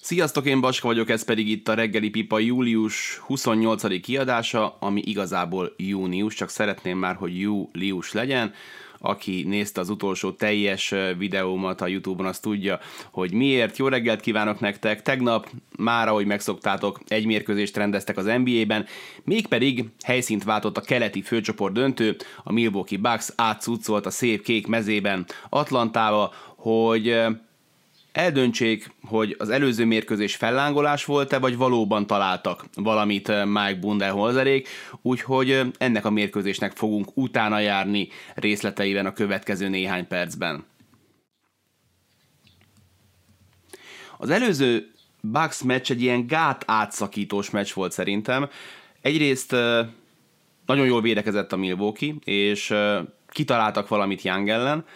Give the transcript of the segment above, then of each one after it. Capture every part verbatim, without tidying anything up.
Sziasztok, én Baska vagyok, ez pedig itt a Reggeli Pipa július huszonnyolcadik kiadása, ami igazából június, csak szeretném már, hogy július legyen. Aki nézte az utolsó teljes videómat a YouTube-on, az tudja, hogy miért. Jó reggelt kívánok nektek! Tegnap már, ahogy megszoktátok, egy mérkőzést rendeztek az en bé á-ben, mégpedig helyszínt váltott a keleti főcsoport döntő, a Milwaukee Bucks átcuccolt a szép kék mezében Atlantába, hogy eldöntsék, hogy az előző mérkőzés fellángolás volt-e, vagy valóban találtak valamit Mike Budenholzerék, úgyhogy ennek a mérkőzésnek fogunk utána járni részleteiben a következő néhány percben. Az előző Bucks meccs egy ilyen gát átszakítós meccs volt szerintem. Egyrészt nagyon jól védekezett a Milwaukee, és kitaláltak valamit Young ellen.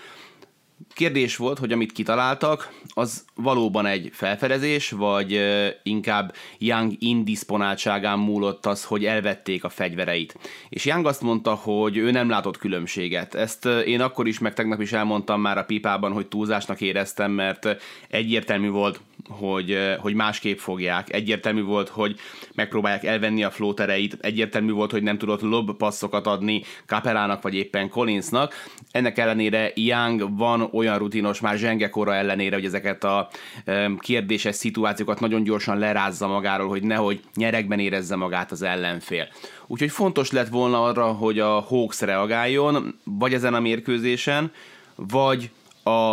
Kérdés volt, hogy amit kitaláltak, az valóban egy felfedezés, vagy inkább Young indisponáltságán múlott az, hogy elvették a fegyvereit. És Young azt mondta, hogy ő nem látott különbséget. Ezt én akkor is, meg tegnap is elmondtam már a pipában, hogy túlzásnak éreztem, mert egyértelmű volt, hogy, hogy másképp fogják. Egyértelmű volt, hogy megpróbálják elvenni a flótereit. Egyértelmű volt, hogy nem tudott lob passzokat adni Capellának, vagy éppen Collinsnak. Ennek ellenére Young van olyan rutinos, már zsengekora ellenére, hogy ezeket a kérdéses szituációkat nagyon gyorsan lerázza magáról, hogy nehogy nyeregben érezze magát az ellenfél. Úgyhogy fontos lett volna arra, hogy a Hawks reagáljon, vagy ezen a mérkőzésen, vagy a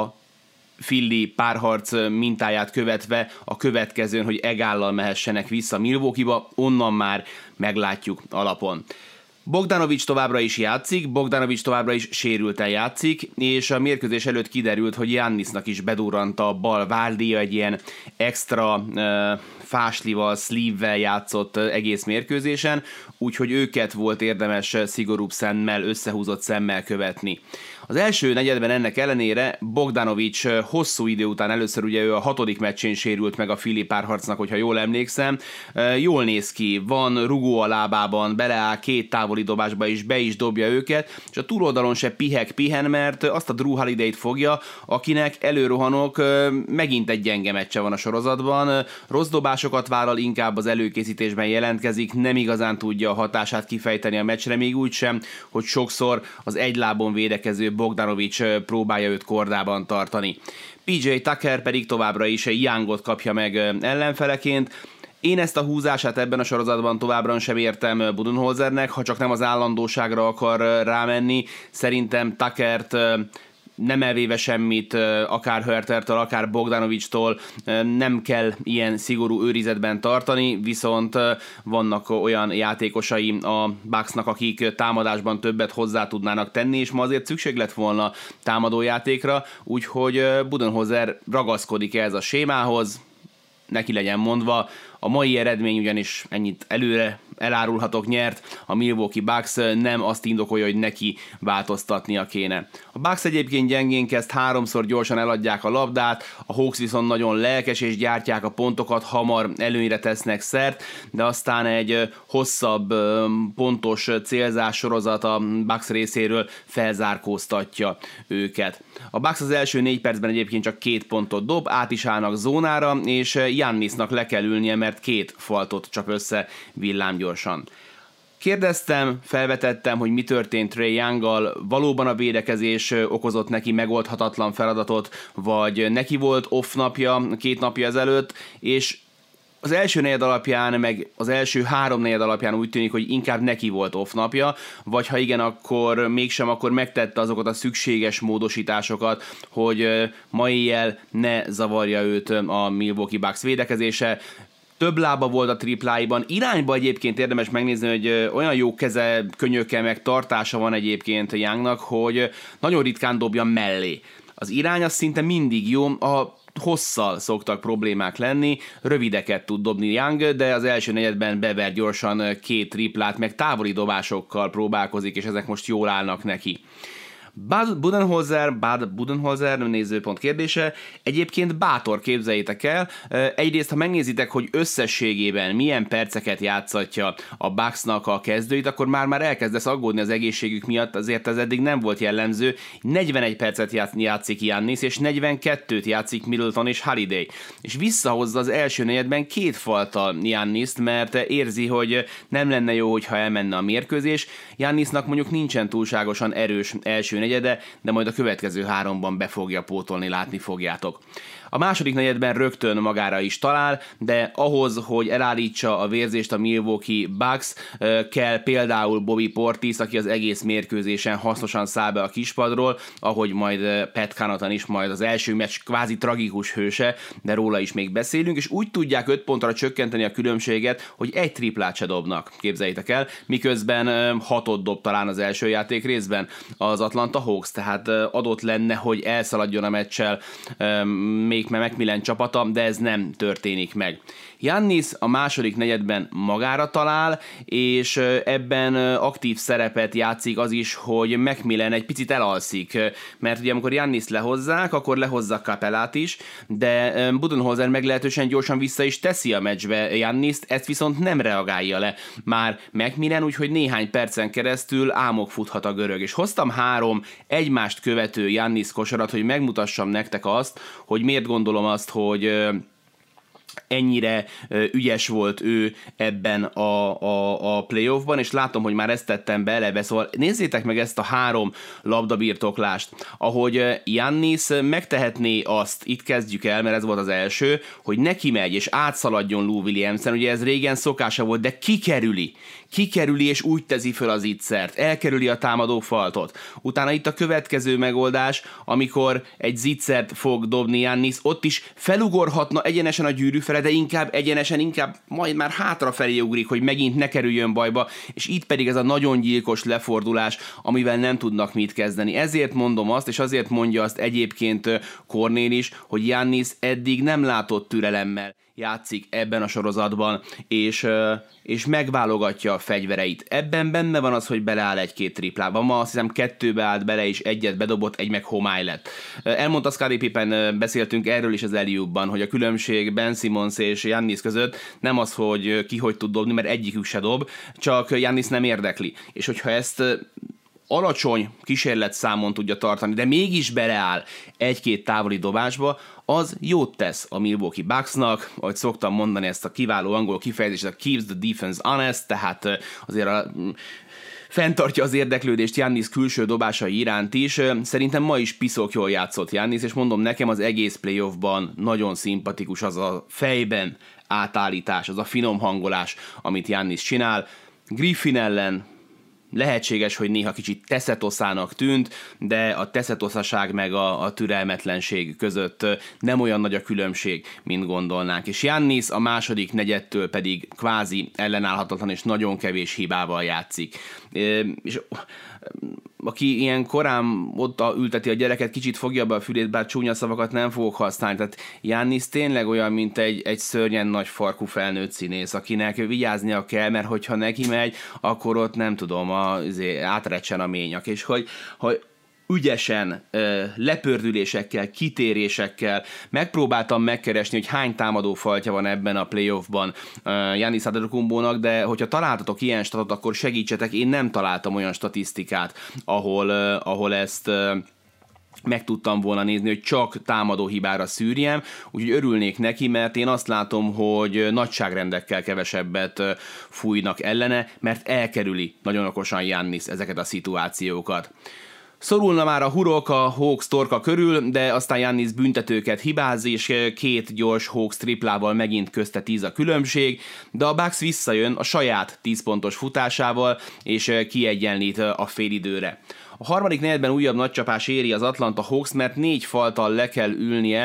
Philly párharc mintáját követve a következőn, hogy egállal mehessenek vissza Milwaukee-ba, onnan már meglátjuk alapon. Bogdanovics továbbra is játszik, Bogdanovics továbbra is sérülten játszik, és a mérkőzés előtt kiderült, hogy Giannisnak is bedurrant a bal váldíja, egy ilyen extra uh, fáslival, sleeve-vel játszott uh, egész mérkőzésen, úgyhogy őket volt érdemes szigorúbb szemmel, összehúzott szemmel követni. Az első negyedben ennek ellenére Bogdanovics hosszú idő után, először ugye ő a hatodik meccsén sérült meg a Philly párharcnak, hogyha jól emlékszem, jól néz ki, van rugó a lábában, beleáll két távoli dobásba is, be is dobja őket, és a túloldalon se pihek pihen, mert azt a Drew Holiday-t fogja, akinek előrohanok, megint egy gyenge meccse van a sorozatban, rossz dobásokat vállal, inkább az előkészítésben jelentkezik, nem igazán tudja a hatását kifejteni a meccsre, még úgy sem, hogy sokszor az egy lábon védekező Bogdanovics próbálja őt kordában tartani. pé jé Tucker pedig továbbra is Youngot kapja meg ellenfeleként. Én ezt a húzását ebben a sorozatban továbbra sem értem Budenholzernek, ha csak nem az állandóságra akar rámenni. Szerintem Tuckert nem elvéve semmit, akár Huertertől, akár Bogdanovicstól nem kell ilyen szigorú őrizetben tartani, viszont vannak olyan játékosai a Bucksnak, akik támadásban többet hozzá tudnának tenni, és ma azért szükség lett volna támadójátékra, úgyhogy Budenholzer ragaszkodik ehhez a sémához, neki legyen mondva. A mai eredmény ugyanis, ennyit előre elárulhatok, nyert, a Milwaukee Bucks nem azt indokolja, hogy neki változtatnia kéne. A Bucks egyébként gyengén kezd, háromszor gyorsan eladják a labdát, a Hawks viszont nagyon lelkes és gyártják a pontokat, hamar előnyre tesznek szert, de aztán egy hosszabb pontos célzás sorozat a Bucks részéről felzárkóztatja őket. A Bucks az első négy percben egyébként csak két pontot dob, át is állnak zónára, és Giannisnak le kell ülnie, mert két faltot csap össze villámgyorsan. Kérdeztem, felvetettem, hogy mi történt Trae Younggal, valóban a védekezés okozott neki megoldhatatlan feladatot, vagy neki volt off napja két napja ezelőtt, és az első negyed alapján, meg az első három negyed alapján úgy tűnik, hogy inkább neki volt off napja, vagy ha igen, akkor mégsem, akkor megtette azokat a szükséges módosításokat, hogy ma éjjel ne zavarja őt a Milwaukee Bucks védekezése. Több lába volt a tripláiban, irányba egyébként érdemes megnézni, hogy olyan jó keze, könyöke, meg tartása van egyébként Youngnak, hogy nagyon ritkán dobja mellé. Az irány az szinte mindig jó, a hosszal szoktak problémák lenni, rövideket tud dobni Young, de az első negyedben bever gyorsan két triplát, meg távoli dobásokkal próbálkozik, és ezek most jól állnak neki. Bud Budenholzer, Bud Budenholzer nézőpont kérdése, egyébként bátor, képzeljétek el. Egyrészt, ha megnézitek, hogy összességében milyen perceket játszatja a Bucksnak a kezdőit, akkor már-már elkezdesz aggódni az egészségük miatt, azért ez eddig nem volt jellemző. negyvenegy percet játszik Giannis, és negyvenkettőt játszik Middleton és Holiday. És visszahozza az első negyedben két faltal Giannist, mert érzi, hogy nem lenne jó, hogyha elmenne a mérkőzés. Giannisnak mondjuk nincsen túlságosan erős első negyede, de majd a következő háromban be fogja pótolni, látni fogjátok. A második negyedben rögtön magára is talál, de ahhoz, hogy elállítsa a vérzést a Milwaukee Bucks, kell például Bobby Portis, aki az egész mérkőzésen hasznosan száll be a kispadról, ahogy majd Pat Connaughton is majd az első meccs kvázi tragikus hőse, de róla is még beszélünk, és úgy tudják öt pontra csökkenteni a különbséget, hogy egy triplát se dobnak, képzeljétek el, miközben hatot dob talán az első játék részben az Atlanta Hawks, tehát adott lenne, hogy elszaladjon a meccsel még Macmillan csapata, de ez nem történik meg. Giannis a második negyedben magára talál, és ebben aktív szerepet játszik az is, hogy Macmillan egy picit elalszik, mert ugye amikor Giannis lehozzák, akkor lehozza Capellát is, de Budenholzer meglehetősen gyorsan vissza is teszi a meccsbe Giannist, ezt viszont nem reagálja le már Macmillan, úgyhogy néhány percen keresztül álmok futhat a görög, és hoztam három egymást követő Giannis kosarat, hogy megmutassam nektek azt, hogy miért gondolom azt, hogy ennyire ügyes volt ő ebben a, a, a playoffban, és látom, hogy már ezt tettem be eleve, szóval nézzétek meg ezt a három labdabirtoklást, ahogy Giannis megtehetné azt, itt kezdjük el, mert ez volt az első, hogy neki megy, és átszaladjon Lou Williamson, ugye ez régen szokása volt, de kikerüli, kikerüli, és úgy teszi föl az zicsert, elkerüli a támadó faltot. Utána itt a következő megoldás, amikor egy zicsert fog dobni Giannis, ott is felugorhatna egyenesen a gyűrű fele, de inkább egyenesen, inkább majd már hátrafelé ugrik, hogy megint ne kerüljön bajba, és itt pedig ez a nagyon gyilkos lefordulás, amivel nem tudnak mit kezdeni. Ezért mondom azt, és azért mondja azt egyébként Kornél is, hogy Giannis eddig nem látott türelemmel játszik ebben a sorozatban, és, és megválogatja a fegyvereit. Ebben benne van az, hogy beleáll egy-két triplába. Ma azt hiszem kettőbe állt bele, és egyet bedobott, egy meg homály lett. Elmondta Scottie Pippen, beszéltünk erről is az alley-oopban, hogy a különbség Ben Simmons és Giannis között nem az, hogy ki hogy tud dobni, mert egyikük se dob, csak Giannis nem érdekli. És hogyha ezt alacsony kísérletszámon tudja tartani, de mégis beleáll egy-két távoli dobásba, az jót tesz a Milwaukee Bucksnak, ahogy szoktam mondani ezt a kiváló angol kifejezést, a keeps the defense honest, tehát azért a, fenntartja az érdeklődést Giannis külső dobásai iránt is. Szerintem ma is piszok jól játszott Giannis, és mondom, nekem az egész playoffban nagyon szimpatikus az a fejben átállítás, az a finom hangolás, amit Giannis csinál. Griffin ellen lehetséges, hogy néha kicsit teszetoszának tűnt, de a teszetoszaság meg a, a türelmetlenség között nem olyan nagy a különbség, mint gondolnánk. És Giannis a második negyedtől pedig kvázi ellenállhatatlan és nagyon kevés hibával játszik. És aki ilyen korán ott ülteti a gyereket, kicsit fogja be a fülét, bár csúnya szavakat nem fogok használni. Tehát Giannis tényleg olyan, mint egy, egy szörnyen nagy farkú felnőtt színész, akinek vigyáznia kell, mert hogyha neki megy, akkor ott nem tudom, a, átrecsen a ményak. És hogy, hogy ügyesen, lepördülésekkel, kitérésekkel megpróbáltam megkeresni, hogy hány támadó faltja van ebben a playoffban Giannis Antetokounmpónak, de hogyha találtatok ilyen statot, akkor segítsetek, én nem találtam olyan statisztikát, ahol, ahol ezt meg tudtam volna nézni, hogy csak támadó hibára szűrjem, úgyhogy örülnék neki, mert én azt látom, hogy nagyságrendekkel kevesebbet fújnak ellene, mert elkerüli nagyon okosan Giannis ezeket a szituációkat. Szorulna már a hurok a Hawks torka körül, de aztán Giannis büntetőket hibáz, és két gyors Hawks triplával megint közte tíz a különbség, de a Bucks visszajön a saját tíz pontos futásával, és kiegyenlít a félidőre. A harmadik negyedben újabb nagycsapás éri az Atlanta Hawks, mert négy falttal le kell ülnie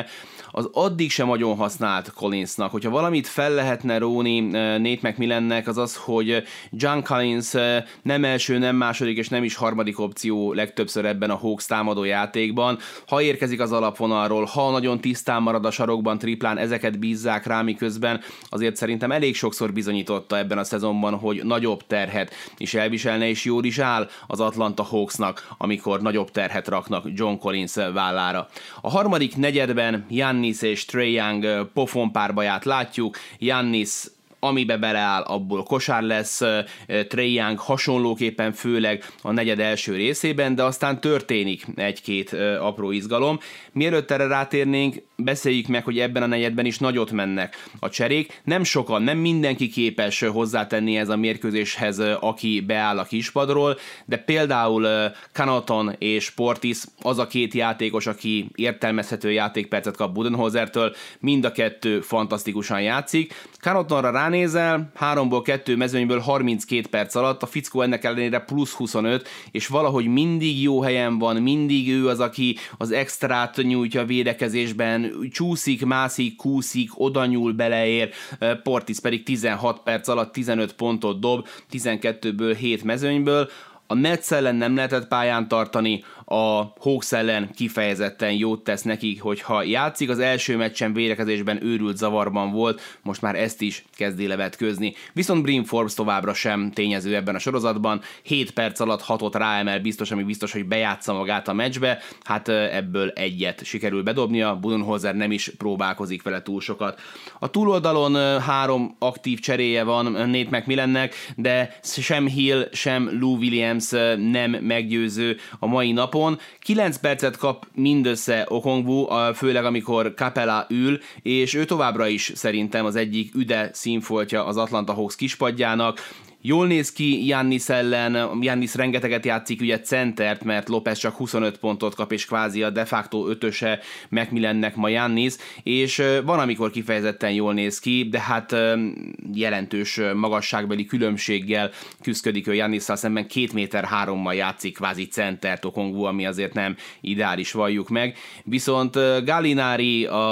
az addig sem nagyon használt Collinsnak. Hogyha valamit fel lehetne róni Nate McMillannek, az az, hogy John Collins nem első, nem második és nem is harmadik opció legtöbbször ebben a Hawks támadó játékban. Ha érkezik az alapvonalról, ha nagyon tisztán marad a sarokban triplán, ezeket bízzák rá, miközben azért szerintem elég sokszor bizonyította ebben a szezonban, hogy nagyobb terhet is elviselne, és jól is áll az Atlanta Hawksnak, amikor nagyobb terhet raknak John Collins vállára. A harmadik negyedben Giannis és Trae Young pofonpárbaját látjuk. Giannis amibe beleáll, abból kosár lesz, Trae Young hasonlóképpen főleg a negyed első részében, de aztán történik egy-két apró izgalom. Mielőtt erre rátérnénk, beszéljük meg, hogy ebben a negyedben is nagyot mennek a cserék. Nem sokan, nem mindenki képes hozzátenni ez a mérkőzéshez, aki beáll a kispadról, de például Connaughton és Portis az a két játékos, aki értelmezhető játékpercet kap Budenholzertől, mind a kettő fantasztikusan játszik. Connaughtonra ránézel, háromból kettő mezőnyből harminckét perc alatt, a fickó ennek ellenére plusz huszonöt, és valahogy mindig jó helyen van, mindig ő az, aki az extrát nyújtja a védekezésben, csúszik, mászik, kúszik, oda nyúl, beleér, Portis pedig tizenhat perc alatt tizenöt pontot dob, tizenkettőből hét mezőnyből. A Nets ellen nem lehetett pályán tartani, a Hawks ellen kifejezetten jót tesz nekik, hogyha játszik. Az első meccsen védekezésben őrült zavarban volt, most már ezt is kezdi levetközni. Viszont Bryn Forbes továbbra sem tényező ebben a sorozatban, hét perc alatt hatot ráemel biztos, ami biztos, hogy bejátsza magát a meccsbe, hát ebből egyet sikerül bedobnia, Budenholzer nem is próbálkozik vele túl sokat. A túloldalon három aktív cseréje van Nate McMillannek, de sem Hill, sem Lou Williams nem meggyőző a mai napon. kilenc percet kap mindössze Okongwu, főleg amikor Capella ül, és ő továbbra is szerintem az egyik üde színfoltja az Atlanta Hawks kispadjának. Jól néz ki Giannis ellen, Giannis rengeteget játszik ugye centert, mert Lopez csak huszonöt pontot kap, és kvázi a de facto ötöse McMillannek ma Giannis, és van, amikor kifejezetten jól néz ki, de hát jelentős magasságbeli különbséggel küszködik ő Giannissal szemben, két méter hárommal játszik kvázi centert Okongwu, ami azért nem ideális, valljuk meg. Viszont Gallinari a,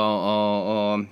a, a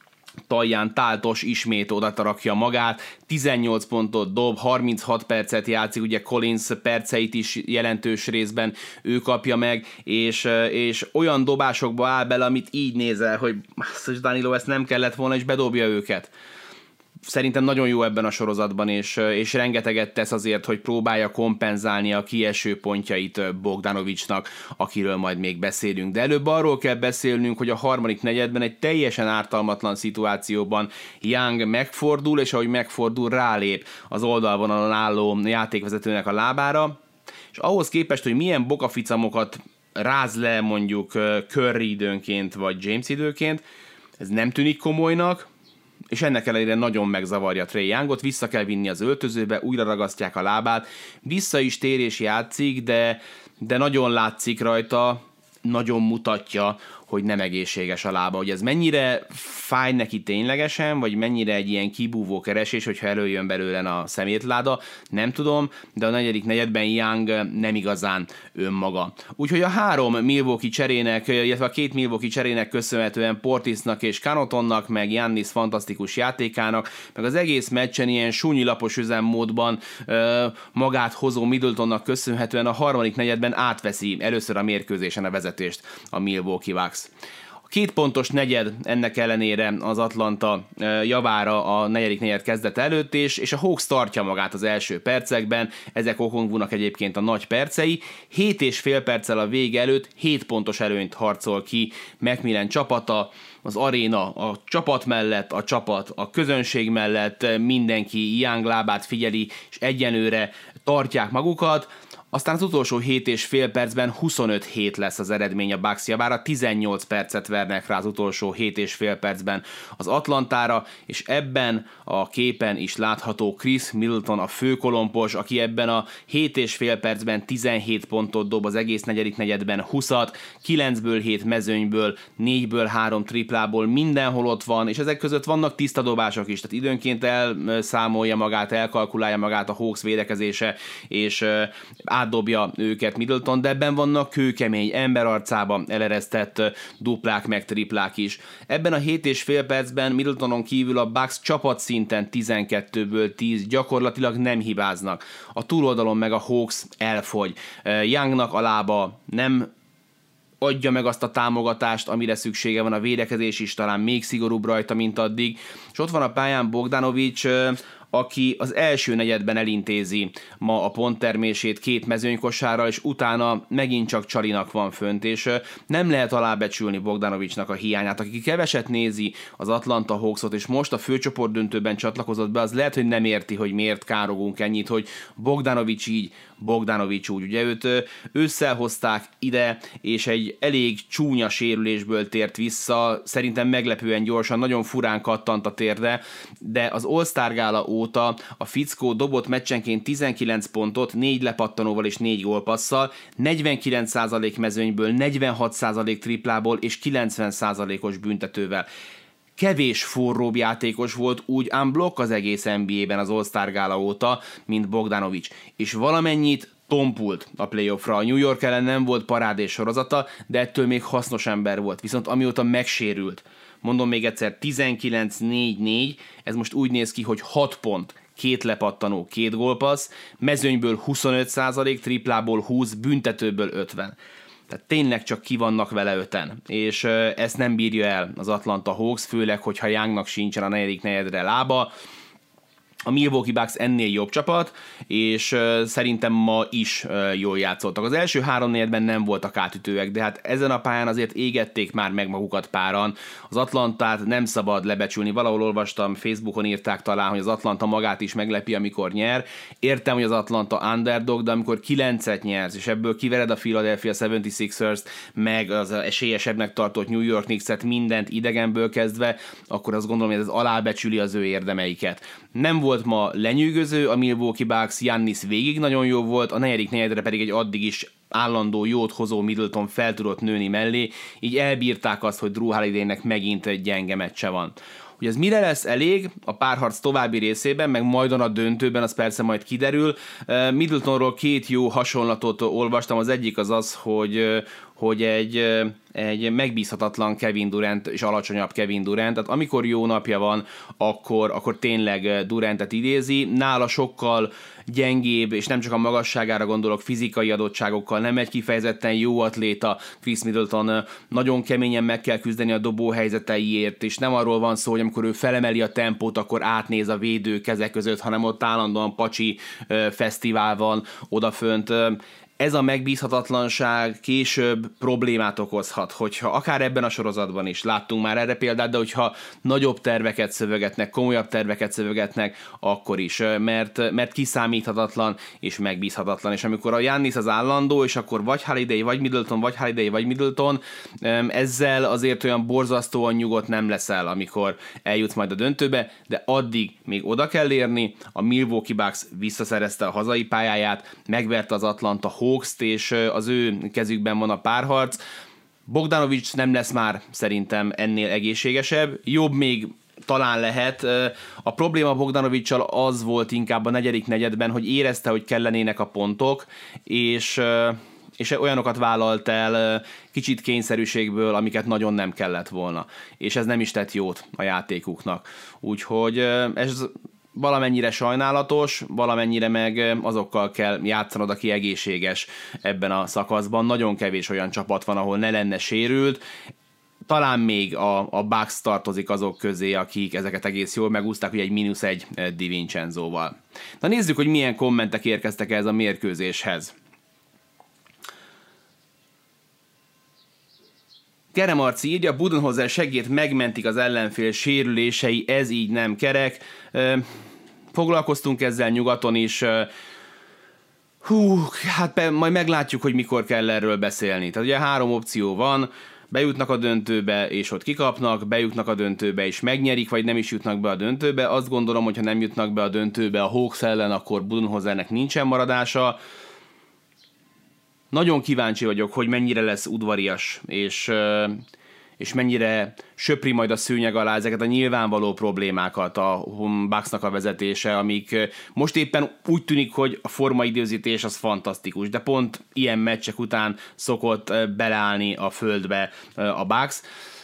Talján Táltos ismét oda rakja magát, tizennyolc pontot dob, harminchat percet játszik, ugye Collins perceit is jelentős részben ő kapja meg, és, és olyan dobásokba áll bele, amit így nézel, hogy Danilo ezt nem kellett volna, és bedobja őket. Szerintem nagyon jó ebben a sorozatban, és, és rengeteget tesz azért, hogy próbálja kompenzálni a kieső pontjait Bogdanovicsnak, akiről majd még beszélünk. De előbb arról kell beszélnünk, hogy a harmadik negyedben egy teljesen ártalmatlan szituációban Young megfordul, és ahogy megfordul, rálép az oldalvonalon álló játékvezetőnek a lábára, és ahhoz képest, hogy milyen bokaficamokat ráz le mondjuk Curry időnként, vagy James időnként, ez nem tűnik komolynak, és ennek ellenére nagyon megzavarja Trae Youngot, vissza kell vinni az öltözőbe, újra ragasztják a lábát, vissza is tér és játszik, de, de nagyon látszik rajta, nagyon mutatja, hogy nem egészséges a lába, hogy ez mennyire fáj neki ténylegesen, vagy mennyire egy ilyen kibúvó keresés, hogyha előjön belőle a szemétláda, nem tudom, de a negyedik negyedben Young nem igazán önmaga. Úgyhogy a három Milwaukee cserének, illetve a két Milwaukee cserének köszönhetően Portisnak és Connaughtonnak, meg Giannis fantasztikus játékának, meg az egész meccsen ilyen súnylapos üzemmódban ö, magát hozó Middletonnak köszönhetően a harmadik negyedben átveszi először a mérkőzésen a vezetést a Milwaukee Bucks. A két pontos negyed ennek ellenére az Atlanta javára a negyedik negyed kezdete előtt, és, és a Hawks tartja magát az első percekben, ezek Okongwunak egyébként a nagy percei, hét és fél perccel a vége előtt hét pontos előnyt harcol ki McMillan csapata, az aréna a csapat mellett, a csapat a közönség mellett, mindenki Young lábát figyeli, és egyenlőre tartják magukat. Aztán az utolsó hét és fél percben huszonöt hét lesz az eredmény a Bucks javára, tizennyolc percet vernek rá az utolsó hét és fél percben az Atlantára, és ebben a képen is látható Chris Middleton, a főkolompos, aki ebben a hét és fél percben tizenhét pontot dob, az egész negyedik negyedben huszat, kilencből hét mezőnyből, négyből három triplából, mindenhol ott van, és ezek között vannak tiszta dobások is, tehát időnként elszámolja magát, elkalkulálja magát a Hawks védekezése, és átdobja őket Middleton, de ebben vannak kőkemény, emberarcába eleresztett duplák meg triplák is. Ebben a hét és fél percben Middletonon kívül a Bucks csapatszinten tizenkettőből tíz, gyakorlatilag nem hibáznak. A túloldalon meg a Hawks elfogy. Youngnak a lába nem adja meg azt a támogatást, amire szüksége van, a védekezés is talán még szigorúbb rajta, mint addig. És ott van a pályán Bogdanović, aki az első negyedben elintézi ma a ponttermését két mezőnykosárral, és utána megint csak Csalinak van fönt, és nem lehet alábecsülni Bogdanovićnak a hiányát. Aki keveset nézi az Atlanta Hawksot, és most a főcsoport döntőben csatlakozott be, az lehet, hogy nem érti, hogy miért károgunk ennyit, hogy Bogdanović így, Bogdanović úgy. Ugye őt összehozták ide, és egy elég csúnya sérülésből tért vissza, szerintem meglepően gyorsan, nagyon furán kattant a térde, de az All-Star gála óta a fickó dobott meccsenként tizenkilenc pontot, négy lepattanóval és négy gólpasszal, negyvenkilenc százalék mezőnyből, negyvenhat százalék triplából és kilencven százalékos büntetővel. Kevés forróbb játékos volt úgy unblock az egész en bé á-ben az All-Star gála óta, mint Bogdanović, és valamennyit tompult a playoffra. A New York ellen nem volt parádés sorozata, de ettől még hasznos ember volt, viszont amióta megsérült, mondom még egyszer, tizenkilenc négy négy, ez most úgy néz ki, hogy hat pont, két lepattanó, két gólpassz, mezőnyből huszonöt százalék, triplából húsz, büntetőből ötven. Tehát tényleg csak ki vannak vele öten, és ezt nem bírja el az Atlanta Hawks, főleg, hogyha Youngnak sincsen a negyedik negyedre lába. A Milwaukee Bucks ennél jobb csapat, és uh, szerintem ma is uh, jól játszottak. Az első három negyedben nem voltak átütőek, de hát ezen a pályán azért égették már meg magukat páran. Az Atlantát nem szabad lebecsülni. Valahol olvastam, Facebookon írták talán, hogy az Atlanta magát is meglepi, amikor nyer. Értem, hogy az Atlanta underdog, de amikor kilencet nyersz, és ebből kivered a Philadelphia hetvenhatos-ert, meg az esélyesebbnek tartott New York Knicks-et, mindent idegenből kezdve, akkor azt gondolom, hogy ez alábecsüli az ő érdemeiket. Nem volt ma lenyűgöző, a Milwaukee Bucks, Giannis végig nagyon jó volt, a negyedik negyedre pedig egy addig is állandó jót hozó Middleton fel tudott nőni mellé, így elbírták azt, hogy Drew Holidaynek megint egy gyenge meccse van. Hogy ez mire lesz elég a párharc további részében, meg majdon a döntőben, az persze majd kiderül. Middletonról két jó hasonlatot olvastam, az egyik az az, hogy, hogy egy, egy megbízhatatlan Kevin Durant és alacsonyabb Kevin Durant, tehát amikor jó napja van, akkor, akkor tényleg Durantet idézi, nála sokkal gyengébb, és nem csak a magasságára gondolok, fizikai adottságokkal, nem egy kifejezetten jó atléta Chris Middleton, nagyon keményen meg kell küzdeni a dobó helyzeteiért, és nem arról van szó, hogy amikor ő felemeli a tempót, akkor átnéz a védő kezek között, hanem ott állandóan pacsi fesztivál van odafönt. Ez a megbízhatatlanság később problémát okozhat, hogyha akár ebben a sorozatban is láttunk már erre példát, de hogyha nagyobb terveket szövegetnek, komolyabb terveket szövegetnek, akkor is, mert, mert kiszámíthatatlan és megbízhatatlan, és amikor a Giannis az állandó, és akkor vagy Holiday, vagy Middleton, vagy Holiday, vagy Middleton, ezzel azért olyan borzasztóan nyugodt nem leszel, amikor eljutsz majd a döntőbe, de addig még oda kell érni. A Milwaukee Bucks visszaszerezte a hazai pályáját, megverte az Atlanta Hawks-t, és az ő kezükben van a párharc. Bogdanović nem lesz már szerintem ennél egészségesebb, jobb még talán lehet. A probléma Bogdanovićsal az volt inkább a negyedik negyedben, hogy érezte, hogy kellenének a pontok, és, és olyanokat vállalt el kicsit kényszerűségből, amiket nagyon nem kellett volna. És ez nem is tett jót a játékuknak. Úgyhogy ez valamennyire sajnálatos, valamennyire meg azokkal kell játszanod, aki egészséges ebben a szakaszban. Nagyon kevés olyan csapat van, ahol ne lenne sérült. Talán még a, a Bucks tartozik azok közé, akik ezeket egész jól megúszták, ugye egy mínusz egy DiVincenzoval. Na nézzük, hogy milyen kommentek érkeztek ez a mérkőzéshez. Keremarci írja, Budenholzer segít, megmentik az ellenfél sérülései, ez így nem kerek. Foglalkoztunk ezzel nyugaton is. Hú, hát majd meglátjuk, hogy mikor kell erről beszélni. Tehát ugye három opció van, bejutnak a döntőbe, és ott kikapnak, bejutnak a döntőbe, és megnyerik, vagy nem is jutnak be a döntőbe. Azt gondolom, hogy ha nem jutnak be a döntőbe a Hawks ellen, akkor Budenholzernek nincsen maradása. Nagyon kíváncsi vagyok, hogy mennyire lesz udvarias, és, és mennyire söpri majd a szőnyeg alá ezeket a nyilvánvaló problémákat a Bucksnak a vezetése, amik most éppen úgy tűnik, hogy a formaidőzítés az fantasztikus, de pont ilyen meccsek után szokott beleállni a földbe a Bucks.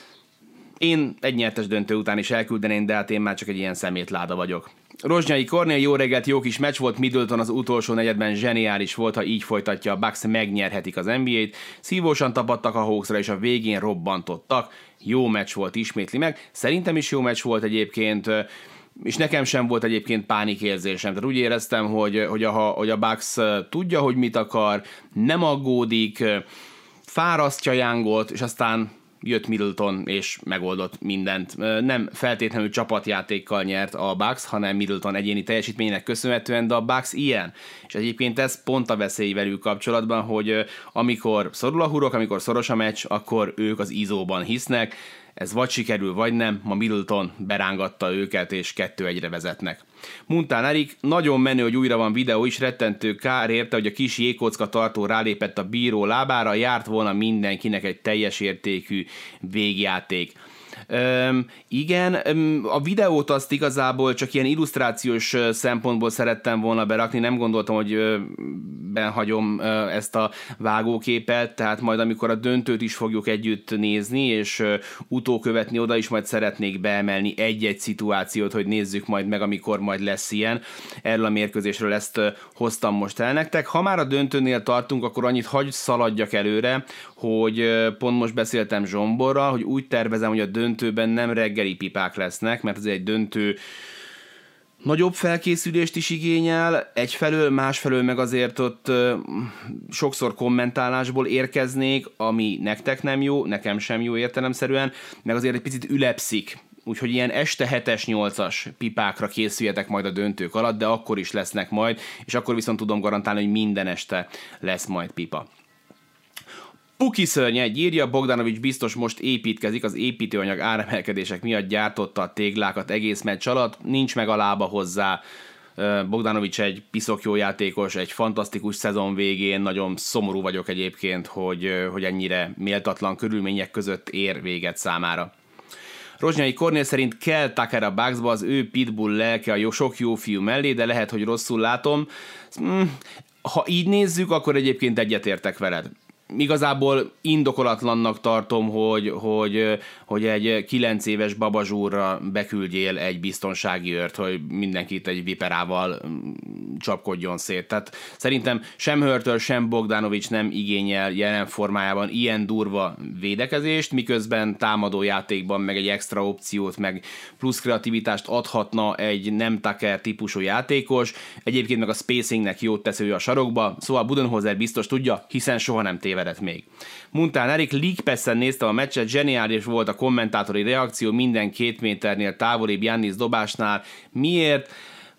Én egy nyertes döntő után is elküldeném, de hát én már csak egy ilyen szemétláda vagyok. Rozsnyai Kornél, jó reggelt, jó kis meccs volt, Middleton az utolsó negyedben zseniális volt, ha így folytatja a Bucks, megnyerhetik az en bé á-t, szívósan tapadtak a Hawksra, és a végén robbantottak, jó meccs volt, ismétli meg, szerintem is jó meccs volt egyébként, és nekem sem volt egyébként pánikérzésem, tehát úgy éreztem, hogy, hogy, a, hogy a Bucks tudja, hogy mit akar, nem aggódik, fárasztja Youngot, és aztán jött Middleton, és megoldott mindent. Nem feltétlenül csapatjátékkal nyert a Bucks, hanem Middleton egyéni teljesítményének köszönhetően, de a Bucks ilyen. És egyébként ez pont a veszély velük kapcsolatban, hogy amikor szorul a hurok, amikor szoros a meccs, akkor ők az izóban hisznek, ez vagy sikerül, vagy nem, ma Middleton berángatta őket, és kettő egyre vezetnek. Muntán Erik, nagyon menő, hogy újra van videó is, rettentő kár érte, hogy a kis jégkocka tartó rálépett a bíró lábára, járt volna mindenkinek egy teljes értékű végjáték. Üm, igen, üm, a videót azt igazából csak ilyen illusztrációs szempontból szerettem volna berakni, nem gondoltam, hogy ö, benhagyom ö, ezt a vágóképet, tehát majd amikor a döntőt is fogjuk együtt nézni, és ö, utókövetni oda is majd szeretnék beemelni egy-egy szituációt, hogy nézzük majd meg, amikor majd lesz ilyen. Erről a mérkőzésről ezt ö, hoztam most el nektek. Ha már a döntőnél tartunk, akkor annyit hagy szaladjak előre, hogy ö, pont most beszéltem Zsomborral, hogy úgy tervezem, hogy a döntőben nem reggeli pipák lesznek, mert ez egy döntő nagyobb felkészülést is igényel, egyfelől, másfelől meg azért ott ö, sokszor kommentálásból érkeznék, ami nektek nem jó, nekem sem jó értelemszerűen, meg azért egy picit ülepszik. Úgyhogy ilyen este hetes, nyolcas pipákra készüljetek majd a döntők alatt, de akkor is lesznek majd, és akkor viszont tudom garantálni, hogy minden este lesz majd pipa. Puki Szörnyegy írja, Bogdanovics biztos most építkezik, az építőanyag áremelkedések miatt gyártotta a téglákat egész meccs alatt, nincs meg a lába hozzá. Bogdanovics egy piszok jó játékos, egy fantasztikus szezon végén, nagyon szomorú vagyok egyébként, hogy, hogy ennyire méltatlan körülmények között ér véget számára. Rozsnyai Kornél szerint kell Tucker a Bucksba, az ő pitbull lelke a jó, sok jó fiú mellé, de lehet, hogy rosszul látom. Ha így nézzük, akkor egyébként egyetértek veled. Igazából indokolatlannak tartom, hogy, hogy, hogy egy kilenc éves babazsúrra beküldjél egy biztonsági őrt, hogy mindenkit egy viperával csapkodjon szét. Tehát szerintem sem Hurtől, sem Bogdanovics nem igényel jelen formájában ilyen durva védekezést, miközben támadó játékban meg egy extra opciót, meg plusz kreativitást adhatna egy nem Tucker típusú játékos. Egyébként meg a spacingnek jót tesz ő a sarokba, szóval Budenholzer biztos tudja, hiszen soha nem tévedett még. Muntán Erik, League Pass-en nézte a meccset, zseniális volt a kommentátori reakció, minden két méternél távolibb Giannis dobásnál. Miért?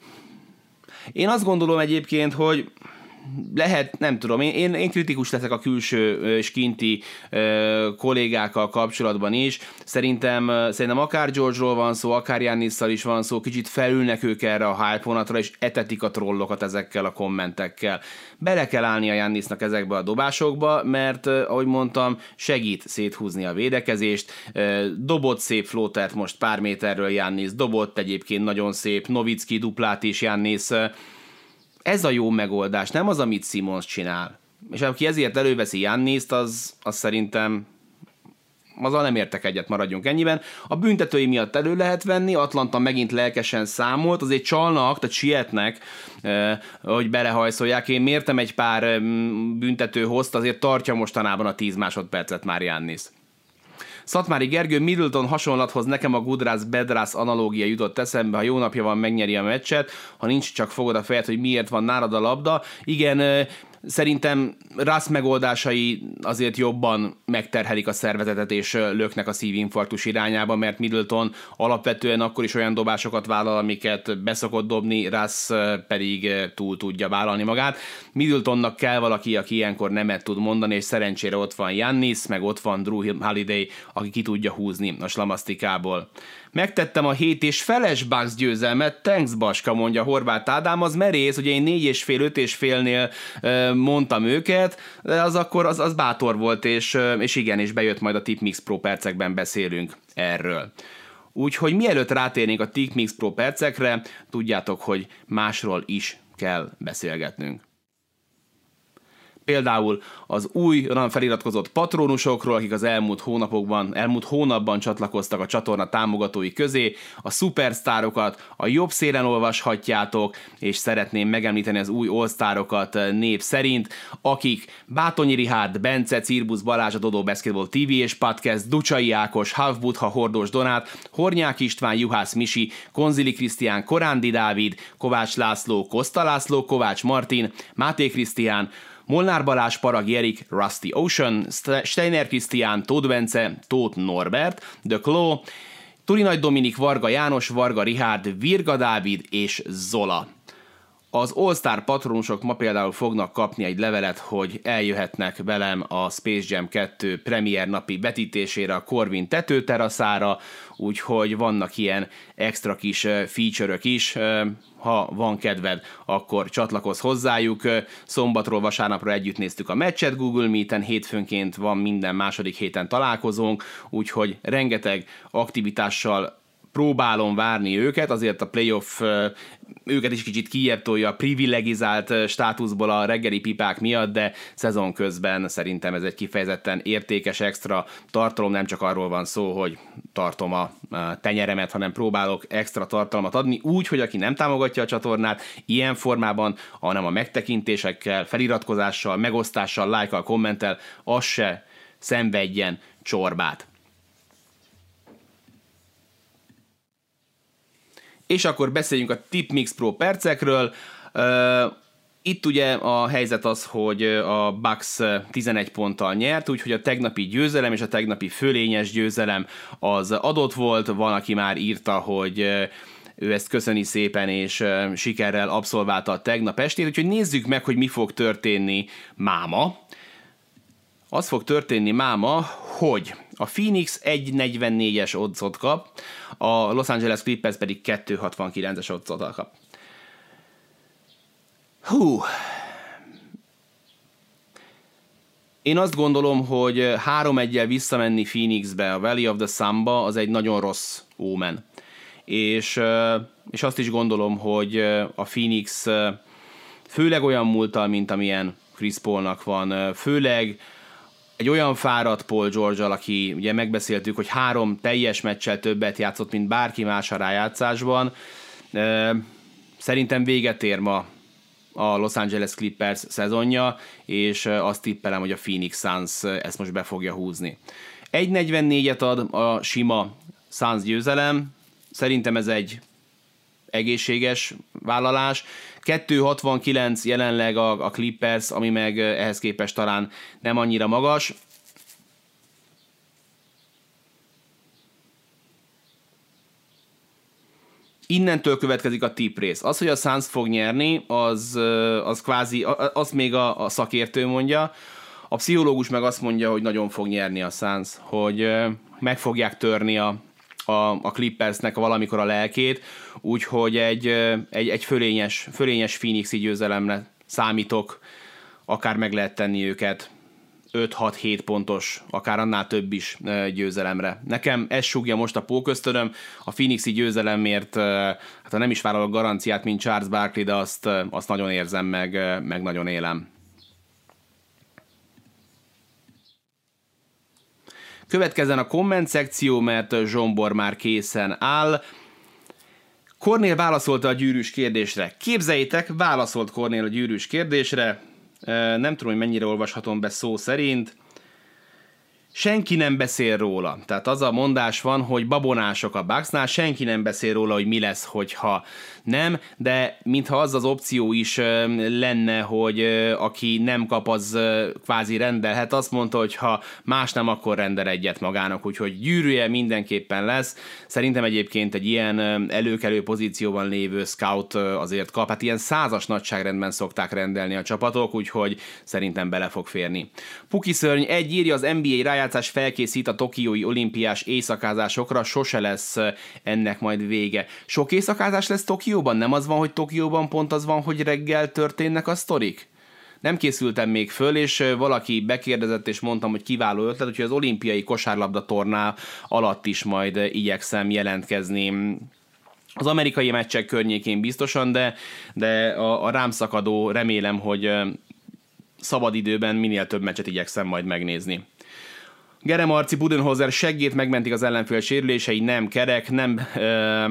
Én azt gondolom egyébként, hogy lehet, nem tudom, én, én, én kritikus leszek a külső és kinti ö, kollégákkal kapcsolatban is. Szerintem, szerintem akár George-ról van szó, akár Giannissal is van szó, kicsit felülnek ők erre a hype vonatra, és etetik a trollokat ezekkel a kommentekkel. Bele kell állni a Giannisnak ezekbe a dobásokba, mert ahogy mondtam, segít széthúzni a védekezést. Dobott szép flótert most pár méterről Giannis, dobott egyébként nagyon szép Nowitzki duplát is Giannis. Ez a jó megoldás, nem az, amit Simmons csinál. És aki ezért előveszi Giannist, az, az szerintem azzal nem értek egyet, maradjunk ennyiben. A büntetői miatt elő lehet venni, Atlanta megint lelkesen számolt, azért csalnak, tehát sietnek, eh, hogy belehajszolják. Én mértem egy pár eh, büntető hozt, azért tartja mostanában a tíz másodpercet már Giannis. Szatmári Gergő, Middleton hasonlathoz nekem a Goodrász-Bedrász analógia jutott eszembe, ha jó napja van, megnyeri a meccset, ha nincs, csak fogod a fejed, hogy miért van nálad a labda. Igen, szerintem Russ megoldásai azért jobban megterhelik a szervezetet és löknek a szívinfarktus irányába, mert Middleton alapvetően akkor is olyan dobásokat vállal, amiket beszokott dobni, Russ pedig túl tudja vállalni magát. Middletonnak kell valaki, aki ilyenkor nemet tud mondani, és szerencsére ott van Giannis, meg ott van Drew Holiday, aki ki tudja húzni a slamasztikából. Megtettem a hét és feles Bucks győzelmet, thanks Baska, mondja Horváth Ádám, az merész, ugye én négy és fél, öt és félnél e, mondtam őket, de az akkor az, az bátor volt, és, és igen, és bejött, majd a Tipmix Pro percekben beszélünk erről. Úgyhogy mielőtt rátérnénk a Tipmix Pro percekre, tudjátok, hogy másról is kell beszélgetnünk. Például az újonnan feliratkozott patronusokról, akik az elmúlt hónapokban, elmúlt hónapban csatlakoztak a csatorna támogatói közé, a szupersztárokat a jobb szélen olvashatjátok, és szeretném megemlíteni az új all-sztárokat név szerint, akik Bátonyi Rihárd, Bence, Cirbusz Balázs, a Dodó Basketball té vé és Podcast, Ducsai Ákos, Half Butha, Hordós Donát, Hornyák István, Juhász Misi, Konzili Krisztián, Korándi Dávid, Kovács László, Koszta László, Kovács Martin, Máté Krisztián, Molnár Balázs, Parag Erik, Rusty Ocean, Steiner Krisztián, Tóth Bence, Tóth Norbert, The Claw, Turi Nagy Dominik, Varga János, Varga Rihárd, Virga Dávid és Zola. Az All-Star patronusok ma például fognak kapni egy levelet, hogy eljöhetnek velem a Space Jam kettő premier napi vetítésére a Corvin tetőteraszára, úgyhogy vannak ilyen extra kis feature-ök is. Ha van kedved, akkor csatlakozz hozzájuk. Szombatról vasárnapra együtt néztük a meccset Google Meeten, hétfőnként van minden második héten találkozónk, úgyhogy rengeteg aktivitással próbálom várni őket, azért a playoff őket is kicsit kijebb tolja a privilegizált státuszból a reggeli pipák miatt, de szezon közben szerintem ez egy kifejezetten értékes extra tartalom, nem csak arról van szó, hogy tartom a tenyeremet, hanem próbálok extra tartalmat adni, úgy, hogy aki nem támogatja a csatornát ilyen formában, hanem a megtekintésekkel, feliratkozással, megosztással, lájkkal, kommenttel, az se szenvedjen csorbát. És akkor beszéljünk a Tipmix Pro percekről. Itt ugye a helyzet az, hogy a Bucks tizenegy ponttal nyert, úgyhogy a tegnapi győzelem és a tegnapi fölényes győzelem az adott volt. Van, aki már írta, hogy ő ezt köszöni szépen, és sikerrel abszolválta a tegnap estét, úgyhogy nézzük meg, hogy mi fog történni máma. Az fog történni máma, hogy a Phoenix egy negyvennégyes oddsot kap, a Los Angeles Clippers pedig kettő hatvankilences oddsot kap. Hú. Én azt gondolom, hogy három egyel visszamenni Phoenixbe, a Valley of the Sunba, az egy nagyon rossz ómen. És, és azt is gondolom, hogy a Phoenix főleg olyan múlttal, mint amilyen Chris Paulnak van, főleg egy olyan fáradt Paul George-al, aki ugye megbeszéltük, hogy három teljes meccsel többet játszott, mint bárki más a rájátszásban. Szerintem véget ér ma a Los Angeles Clippers szezonja, és azt tippelem, hogy a Phoenix Suns ezt most be fogja húzni. egy negyvennégyet ad a sima Suns győzelem, szerintem ez egy egészséges vállalás. kettő hatvankilenc jelenleg a, a Clippers, ami meg ehhez képest talán nem annyira magas. Innentől következik a tip rész. Az, hogy a Suns fog nyerni, az, az kvázi, azt még a, a szakértő mondja. A pszichológus meg azt mondja, hogy nagyon fog nyerni a Suns, hogy meg fogják törni a a, a Clippersnek valamikor a lelkét, úgyhogy egy, egy, egy fölényes, fölényes Phoenixi győzelemre számítok, akár meg lehet tenni őket öt-hat-hét pontos, akár annál több is győzelemre. Nekem ez súgja most a póköztöröm, a Phoenixi győzelemért, hát ha nem is vállalok garanciát, mint Charles Barkley, de azt, azt nagyon érzem, meg, meg nagyon élem. Következzen a komment szekció, mert Zsombor már készen áll. Kornél válaszolta a gyűrűs kérdésre. Képzeljétek, válaszolt Kornél a gyűrűs kérdésre. Nem tudom, hogy mennyire olvashatom be szó szerint. Senki nem beszél róla. Tehát az a mondás van, hogy babonások a Bucksnál, senki nem beszél róla, hogy mi lesz, hogyha nem, de mintha az az opció is lenne, hogy aki nem kap, az kvázi rendelhet. Azt mondta, hogy ha más nem, akkor rendel egyet magának, úgyhogy gyűrűje mindenképpen lesz. Szerintem egyébként egy ilyen előkelő pozícióban lévő scout azért kap. Hát ilyen százas nagyságrendben szokták rendelni a csapatok, úgyhogy szerintem bele fog férni. Puki Szörny egy írja, az en bé á rájátszás felkészít a tokiói olimpiás éjszakázásokra, sose lesz ennek majd vége. Sok éjszakázás lesz Tokióban? Nem az van, hogy Tokióban pont az van, hogy reggel történnek a sztorik? Nem készültem még föl, és valaki bekérdezett, és mondtam, hogy kiváló ötlet, úgyhogy az olimpiai kosárlabda torná alatt is majd igyekszem jelentkezni. Az amerikai meccsek környékén biztosan, de, de a, a rám szakadó remélem, hogy szabadidőben minél több meccset igyekszem majd megnézni. Gere Marci, Budenholzer seggét megmentik az ellenfél sérülései, nem kerek, nem... Uh,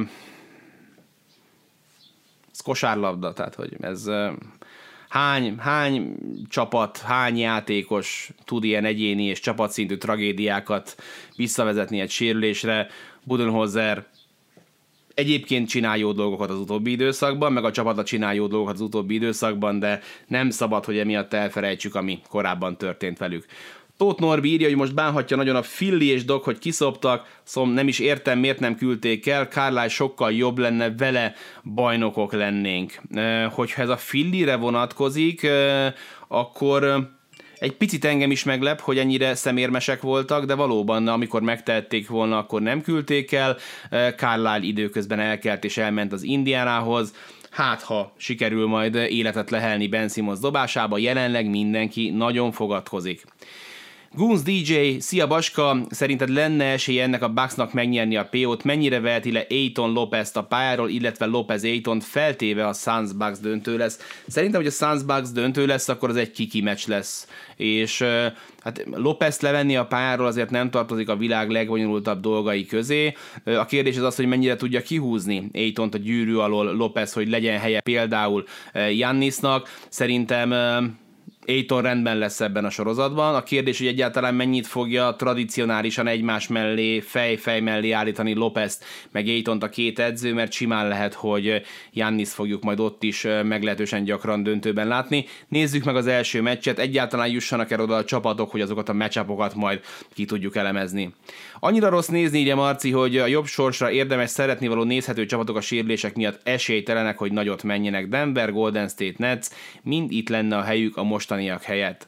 ez kosárlabda, tehát hogy ez... Uh, Hány, hány csapat, hány játékos tud ilyen egyéni és csapatszintű tragédiákat visszavezetni egy sérülésre? Budenholzer egyébként csinál jó dolgokat az utóbbi időszakban, meg a csapata csinál jó dolgokat az utóbbi időszakban, de nem szabad, hogy emiatt elfelejtsük, ami korábban történt velük. Tóth Norbi írja, hogy most bánhatja nagyon a Philly és Dog, hogy kiszoptak, szóval nem is értem, miért nem küldték el, Carlisle sokkal jobb lenne, vele bajnokok lennénk. Hogyha ez a Phillyre vonatkozik, akkor egy picit engem is meglep, hogy ennyire szemérmesek voltak, de valóban, amikor megtehették volna, akkor nem küldték el. Carlisle időközben elkelt és elment az Indiánához. Hát, ha sikerül majd életet lehelni Ben Simmons dobásába, jelenleg mindenki nagyon fogadkozik. Goons dé dzsé, szia Baska, szerinted lenne esély ennek a Bucksnak megnyerni a pé ót, mennyire veheti le Ayton Lópezt a pályáról, illetve López Aytont, feltéve a Suns Bucks döntő lesz. Szerintem, hogy a Suns Bucks döntő lesz, akkor az egy kiki meccs lesz, és hát Lópezt levenni a pályáról azért nem tartozik a világ legbonyolultabb dolgai közé. A kérdés az az, hogy mennyire tudja kihúzni Aytont a gyűrű alól López, hogy legyen helye például Giannisnak. Szerintem Ayton rendben lesz ebben a sorozatban. A kérdés, hogy egyáltalán mennyit fogja tradicionálisan egymás mellé, fej-fej mellé állítani Lópezt, meg Aytont a két edző, mert simán lehet, hogy Giannis fogjuk majd ott is meglehetősen gyakran döntőben látni. Nézzük meg az első meccset, egyáltalán jussanak el oda a csapatok, hogy azokat a matchupokat majd ki tudjuk elemezni. Annyira rossz nézni, ide Marci, hogy a jobb sorsra érdemes szeretnivaló nézhető csapatok a sérülések miatt esélytelenek, hogy nagyot menjenek. Denver, Golden State, Nets, mind itt lenne a helyük a mostaniak helyett.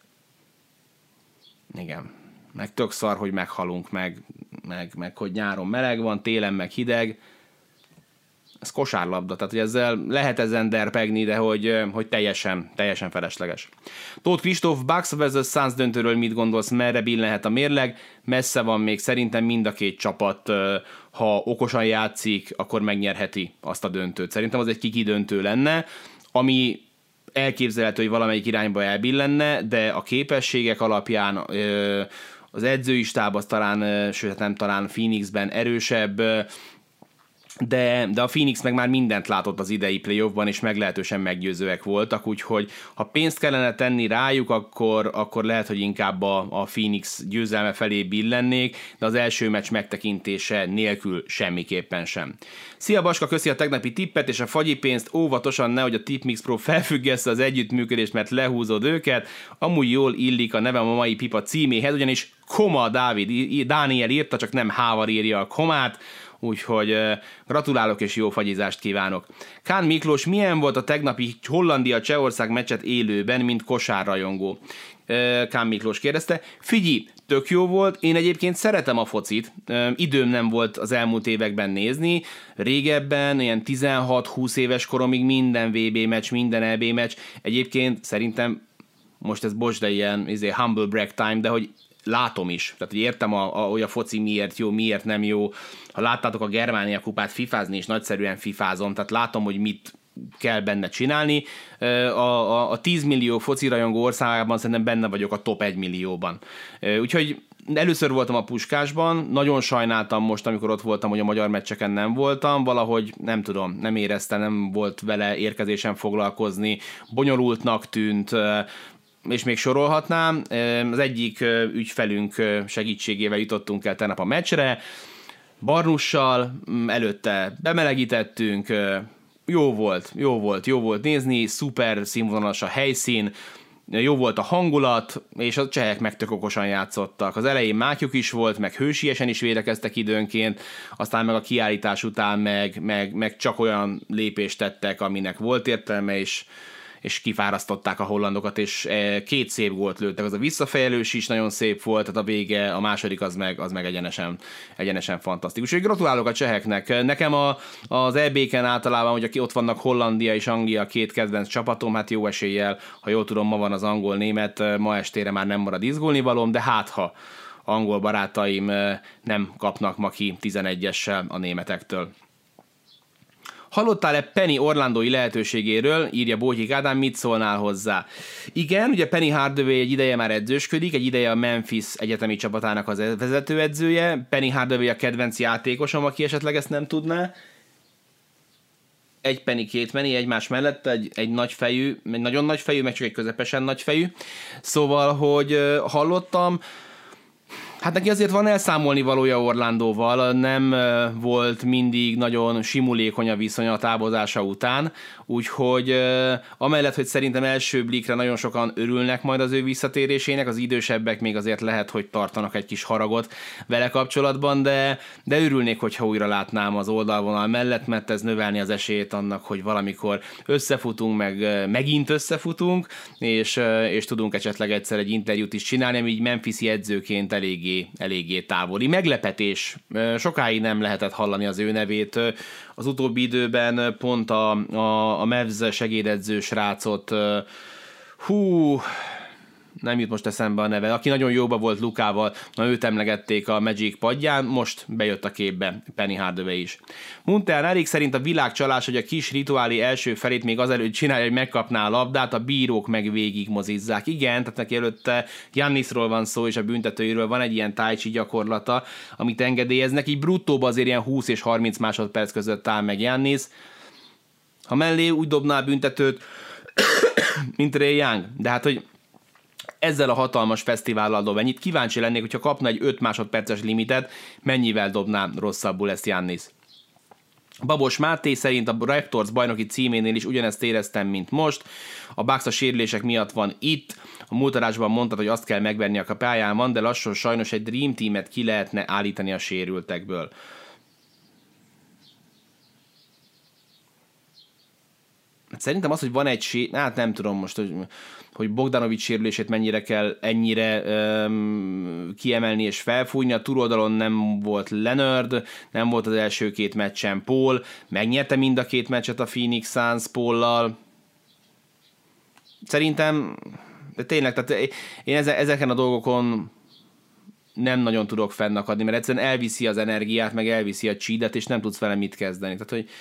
Igen, meg tök szar, hogy meghalunk, meg, meg, meg hogy nyáron meleg van, télen meg hideg. Ez kosárlabda, tehát hogy ezzel lehet ezen derpegni, de hogy, hogy teljesen, teljesen felesleges. Tóth Kristóf, Bucks versus Suns döntőről mit gondolsz, merre billenhet a mérleg? Messze van még, szerintem mind a két csapat, ha okosan játszik, akkor megnyerheti azt a döntőt. Szerintem az egy kiki döntő lenne, ami elképzelhető, hogy valamelyik irányba elbillenne, de a képességek alapján az edzői stáb az talán, sőt nem talán Phoenixben erősebb, De, de a Phoenix meg már mindent látott az idei playoffban, és meglehetősen meggyőzőek voltak, úgyhogy ha pénzt kellene tenni rájuk, akkor, akkor lehet, hogy inkább a, a Phoenix győzelme felé billennék, de az első meccs megtekintése nélkül semmiképpen sem. Szia Baska, köszi a tegnapi tippet és a fagyi pénzt, óvatosan nehogy a Tipmix Pro felfüggesse az együttműködést, mert lehúzod őket, amúgy jól illik a nevem a mai pipa címéhez, ugyanis Koma Dávid, Dániel írta, csak nem Hávar írja a komát, úgyhogy gratulálok és jó fagyizást kívánok. Kán Miklós, milyen volt a tegnapi Hollandia-Csehország meccset élőben, mint kosárrajongó? Kán Miklós kérdezte. Figyelj, tök jó volt, én egyébként szeretem a focit, időm nem volt az elmúlt években nézni, régebben, ilyen tizenhat-húsz éves koromig minden vé bé meccs, minden é bé meccs, egyébként szerintem, most ez bocs, de ilyen izé, humble brag time, de hogy látom is, tehát hogy értem, a, a, hogy a foci miért jó, miért nem jó. Ha láttátok a Germánia kupát fifázni, és nagyszerűen fifázom, tehát látom, hogy mit kell benne csinálni. A, a, a tíz millió foci rajongó országában szerintem benne vagyok a top egy millióban. Úgyhogy először voltam a Puskásban, nagyon sajnáltam most, amikor ott voltam, hogy a magyar meccseken nem voltam, valahogy nem tudom, nem érezte, nem volt vele érkezésen foglalkozni, bonyolultnak tűnt, és még sorolhatnám. Az egyik ügyfelünk segítségével jutottunk el tegnap a meccsre, Barnussal, előtte bemelegítettünk, jó volt, jó volt, jó volt nézni, szuper színvonalas a helyszín, jó volt a hangulat, és a csehek meg tök okosan játszottak. Az elején mátyuk is volt, meg hősiesen is védekeztek időnként, aztán meg a kiállítás után meg, meg, meg csak olyan lépést tettek, aminek volt értelme, és és kifárasztották a hollandokat, és két szép gólt lőttek. Az a visszafejelős is nagyon szép volt, tehát a vége, a második az meg, az meg egyenesen, egyenesen fantasztikus. Úgyhogy gratulálok a cseheknek. Nekem a, az é bé-ken általában, hogy ott vannak Hollandia és Anglia, két kedvenc csapatom, hát jó eséllyel, ha jól tudom, ma van az angol-német, ma estére már nem marad izgulnivalóm, de hát ha angol barátaim nem kapnak ma ki tizenegyessel a németektől. Hallottál-e Penny orlandói lehetőségéről, írja Bótyik Ádám, mit szólnál hozzá? Igen, ugye Penny Hardaway egy ideje már edzősködik, egy ideje a Memphis egyetemi csapatának az vezetőedzője, Penny Hardaway a kedvenc játékosom, aki esetleg ezt nem tudná. Egy Penny, két Penny egymás mellett, egy, egy nagy fejű, egy nagyon nagy fejű, meg csak egy közepesen nagy fejű. Szóval, hogy hallottam, hát neki azért van elszámolni valója Orlandóval, nem volt mindig nagyon simulékony a viszony a távozása után, úgyhogy amellett, hogy szerintem első blikre nagyon sokan örülnek majd az ő visszatérésének, az idősebbek még azért lehet, hogy tartanak egy kis haragot vele kapcsolatban, de, de örülnék, hogyha újra látnám az oldalvonal mellett, mert ez növelni az esélyt annak, hogy valamikor összefutunk, meg megint összefutunk, és, és tudunk esetleg egyszer egy interjút is csinálni, ami így Memphis-i edzőként eléggé eléggé távoli. Meglepetés, sokáig nem lehetett hallani az ő nevét. Az utóbbi időben pont a, a, a Mavs segédedző srácot, hú, nem jut most eszembe a neve, aki nagyon jóba volt Lukával, na őt emlegették a Magic padján, most bejött a képbe Penny Hardaway is. Muntean Erik szerint a világcsalás, hogy a kis rituálé első felét még azelőtt csinálja, hogy megkapná a labdát, a bírók meg végig mozizzák. Igen, tehát neki előtte Giannisról van szó, és a büntetőiről van egy ilyen tai chi gyakorlata, amit engedélyeznek, így bruttóban azért ilyen húsz és harminc másodperc között áll meg Giannis. Ha mellé úgy dobná a büntetőt, mint Trae Young, de hát, hogy ezzel a hatalmas fesztivállal dob ennyit. Kíváncsi lennék, hogyha kapna egy öt másodperces limitet, mennyivel dobná rosszabbul ezt Giannis. Babos Máté szerint a Raptors bajnoki címénél is ugyanezt éreztem, mint most. A Bucks a sérülések miatt van itt. A múlt adásban mondtad, hogy azt kell megvenni a pályán van, de lassan sajnos egy Dream Teamet ki lehetne állítani a sérültekből. Szerintem az, hogy van egy sérülés, hát nem tudom most, hogy, hogy Bogdanovics sérülését mennyire kell ennyire um, kiemelni és felfújni. A túloldalon nem volt Leonard, nem volt az első két meccsen Paul, megnyerte mind a két meccset a Phoenix Suns Paullal. Szerintem, de tényleg, tehát én ezeken a dolgokon nem nagyon tudok fennakadni, mert egyszerűen elviszi az energiát, meg elviszi a csídet, és nem tudsz vele mit kezdeni. Tehát, hogy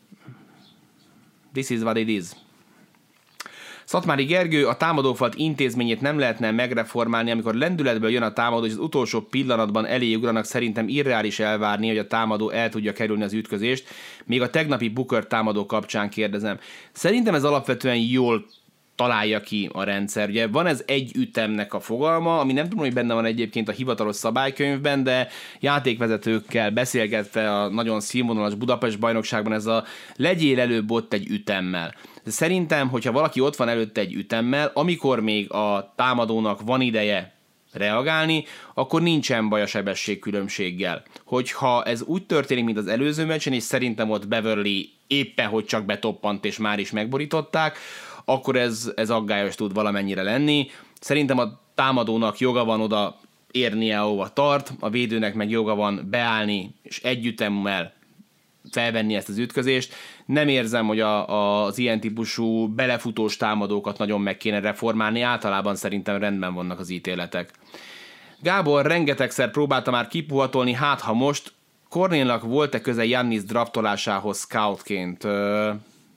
this is what it is. Szatmári Gergő, a támadófalt intézményét nem lehetne megreformálni, amikor lendületből jön a támadó, és az utolsó pillanatban elé ugranak, szerintem irreális elvárni, hogy a támadó el tudja kerülni az ütközést. Még a tegnapi Booker támadó kapcsán kérdezem. Szerintem ez alapvetően jól találja ki a rendszer. Ugye van ez egy ütemnek a fogalma, ami nem tudom, hogy benne van egyébként a hivatalos szabálykönyvben, de játékvezetőkkel beszélgetve a nagyon színvonalas Budapest bajnokságban ez a legyél előbb ott egy ütemmel. De szerintem, hogyha valaki ott van előtte egy ütemmel, amikor még a támadónak van ideje reagálni, akkor nincsen baj a sebességkülönbséggel. Hogyha ez úgy történik, mint az előző meccsen, és szerintem ott Beverly éppen, hogy csak betoppant, és már is megborították, akkor ez, ez aggályos tud valamennyire lenni. Szerintem a támadónak joga van oda érnie, ahova tart, a védőnek meg joga van beállni, és együttemmel felvenni ezt az ütközést. Nem érzem, hogy a, a, az ilyen típusú belefutós támadókat nagyon meg kéne reformálni, általában szerintem rendben vannak az ítéletek. Gábor, rengetegszer próbálta már kipuhatolni, hát ha most Kornélnak volt-e köze Giannis draftolásához scoutként? Ö...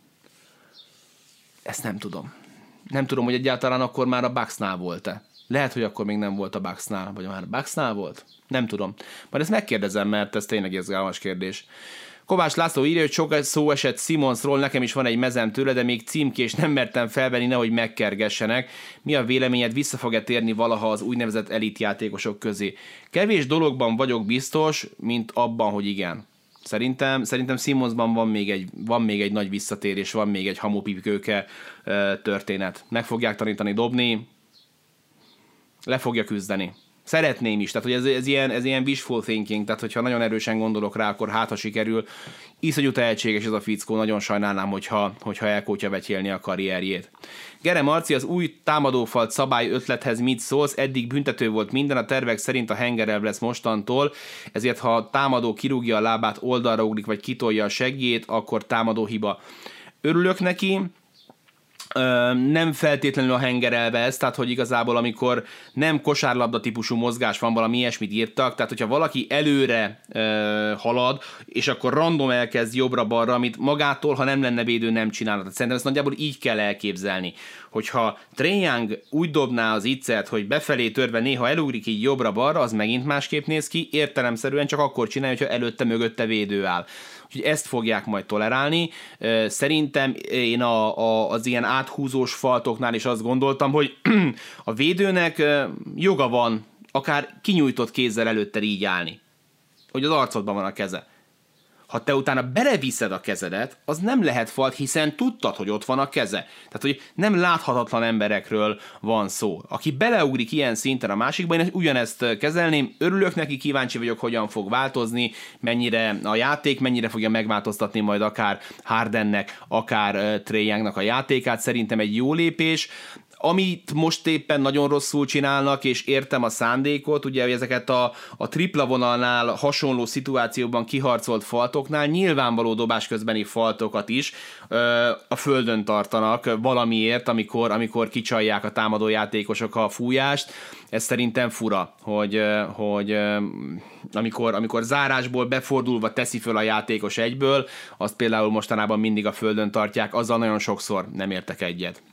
Ezt nem tudom. Nem tudom, hogy egyáltalán akkor már a Bucksnál volt-e. Lehet, hogy akkor még nem volt a Bucksnál, vagy már a Bucksnál volt? Nem tudom. Majd ezt megkérdezem, mert ez tényleg izgalmas kérdés. Kovács László írja, hogy sok szó esett Simonsról, nekem is van egy mezem tőle, de még címkés nem mertem felvenni, nehogy megkergessenek. Mi a véleményed, vissza fog-e térni valaha az úgynevezett elitjátékosok közé? Kevés dologban vagyok biztos, mint abban, hogy igen. Szerintem, szerintem Simonsban van még, egy, van még egy nagy visszatérés, van még egy hamupipkőke történet. Meg fogják tanítani dobni, le fogja küzdeni. Szeretném is, tehát hogy ez, ez, ilyen, ez ilyen wishful thinking, tehát hogyha nagyon erősen gondolok rá, akkor hát ha sikerül. Iszonyú tehetséges ez a fickó, nagyon sajnálnám, hogyha, hogyha elkótya vetyélni a karrierjét. Gere Marci, az új támadófalt szabály ötlethez mit szólsz? Eddig büntető volt minden, a tervek szerint a hengerelv lesz mostantól, ezért ha a támadó kirúgja a lábát, oldalra ugrik, vagy kitolja a segélyét, akkor támadó hiba. Örülök neki, nem feltétlenül a hengerelve ez, tehát hogy igazából amikor nem kosárlabda típusú mozgás van, valami ilyesmit írtak, tehát hogyha valaki előre ö, halad, és akkor random elkezd jobbra-balra, amit magától, ha nem lenne védő, nem csinálna. Tehát szerintem ezt nagyjából így kell elképzelni, hogyha Trae Young úgy dobná az iccet, hogy befelé törve néha elugrik így jobbra-balra, az megint másképp néz ki, értelemszerűen csak akkor csinálja, hogyha előtte mögötte védő áll. Úgyhogy ezt fogják majd tolerálni. Szerintem én a, a, az ilyen áthúzós faltoknál is azt gondoltam, hogy a védőnek joga van akár kinyújtott kézzel előtte így állni. Hogy az arcodban van a keze. Ha te utána beleviszed a kezedet, az nem lehet falt, hiszen tudtad, hogy ott van a keze. Tehát, hogy nem láthatatlan emberekről van szó. Aki beleugrik ilyen szinten a másikba, én ugyanezt kezelném, örülök neki, kíváncsi vagyok, hogyan fog változni, mennyire a játék, mennyire fogja megváltoztatni majd akár Hardennek, akár Trae Youngnak a játékát. Szerintem egy jó lépés. Amit most éppen nagyon rosszul csinálnak, és értem a szándékot, ugye ezeket a, a tripla vonalnál hasonló szituációban kiharcolt faltoknál nyilvánvaló dobás közbeni faltokat is ö, a földön tartanak valamiért, amikor, amikor kicsalják a támadójátékosok a fújást. Ez szerintem fura, hogy, hogy amikor, amikor zárásból befordulva teszi föl a játékos egyből, azt például mostanában mindig a földön tartják, azzal nagyon sokszor nem értek egyet.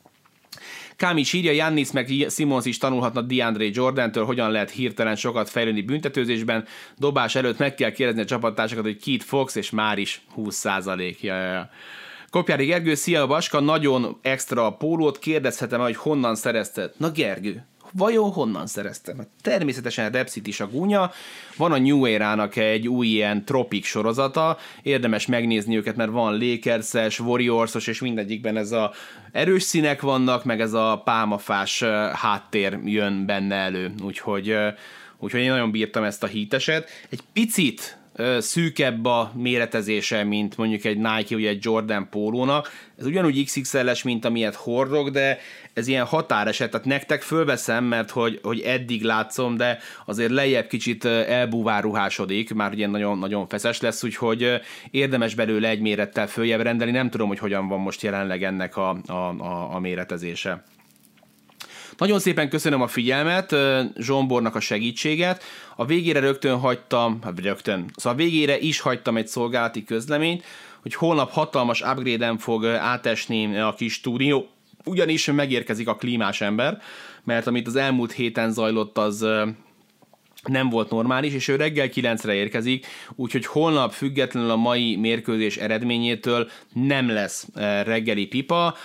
Kámi írja, Giannis meg Simmons is tanulhatna DeAndre Jordantől, hogyan lehet hirtelen sokat fejlődni büntetőzésben. Dobás előtt meg kell kérdezni a csapattársakat, hogy Keith Fox, és már is húsz százalék. Ja, ja, ja. Kopjári Gergő, szia Baska, nagyon extra a pólót, kérdezhetem, hogy honnan szerezted? Na Gergő, vajon honnan szereztem? Természetesen Repsit is a gúnya, van a New Era-nak egy új ilyen Tropic sorozata, érdemes megnézni őket, mert van Lakers-es, Warriors-os, és mindegyikben ez a erős színek vannak, meg ez a pálmafás háttér jön benne elő, úgyhogy, úgyhogy én nagyon bírtam ezt a Heat-eset. Egy picit szűkebb a méretezése, mint mondjuk egy Nike, vagy egy Jordan pólónak. Ez ugyanúgy iksz iksz el-es, mint amilyet hordok, de ez ilyen határeset, tehát nektek fölveszem, mert hogy, hogy eddig látszom, de azért lejjebb kicsit elbúváruhásodik, már ugye nagyon, nagyon feszes lesz, úgyhogy érdemes belőle egy mérettel följebb rendelni, nem tudom, hogy hogyan van most jelenleg ennek a, a, a, a méretezése. Nagyon szépen köszönöm a figyelmet, Zsombornak a segítséget. A végére rögtön hagytam, rögtön, szóval a végére is hagytam egy szolgálati közleményt, hogy holnap hatalmas upgrade-en fog átesni a kis stúdió, ugyanis megérkezik a klímás ember, mert amit az elmúlt héten zajlott, az nem volt normális, és ő reggel kilencre érkezik, úgyhogy holnap függetlenül a mai mérkőzés eredményétől nem lesz reggeli pipa.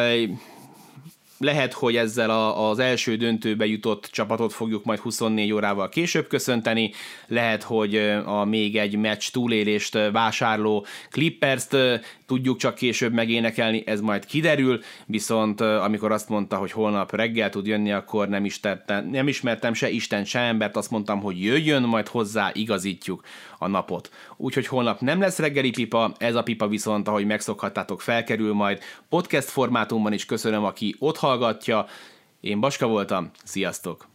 Lehet, hogy ezzel a, az első döntőbe jutott csapatot fogjuk majd huszonnégy órával később köszönteni, lehet, hogy a még egy meccs túlélést vásárló Clippers-t tudjuk csak később megénekelni, ez majd kiderül, viszont amikor azt mondta, hogy holnap reggel tud jönni, akkor nem, ismertem, nem ismertem se Isten, se embert, azt mondtam, hogy jöjjön, majd hozzá igazítjuk a napot. Úgyhogy holnap nem lesz reggeli pipa, ez a pipa viszont, ahogy megszokhattátok, felkerül majd podcast formátumban is. Köszönöm, aki ott hallgatja. Én Baska voltam, sziasztok!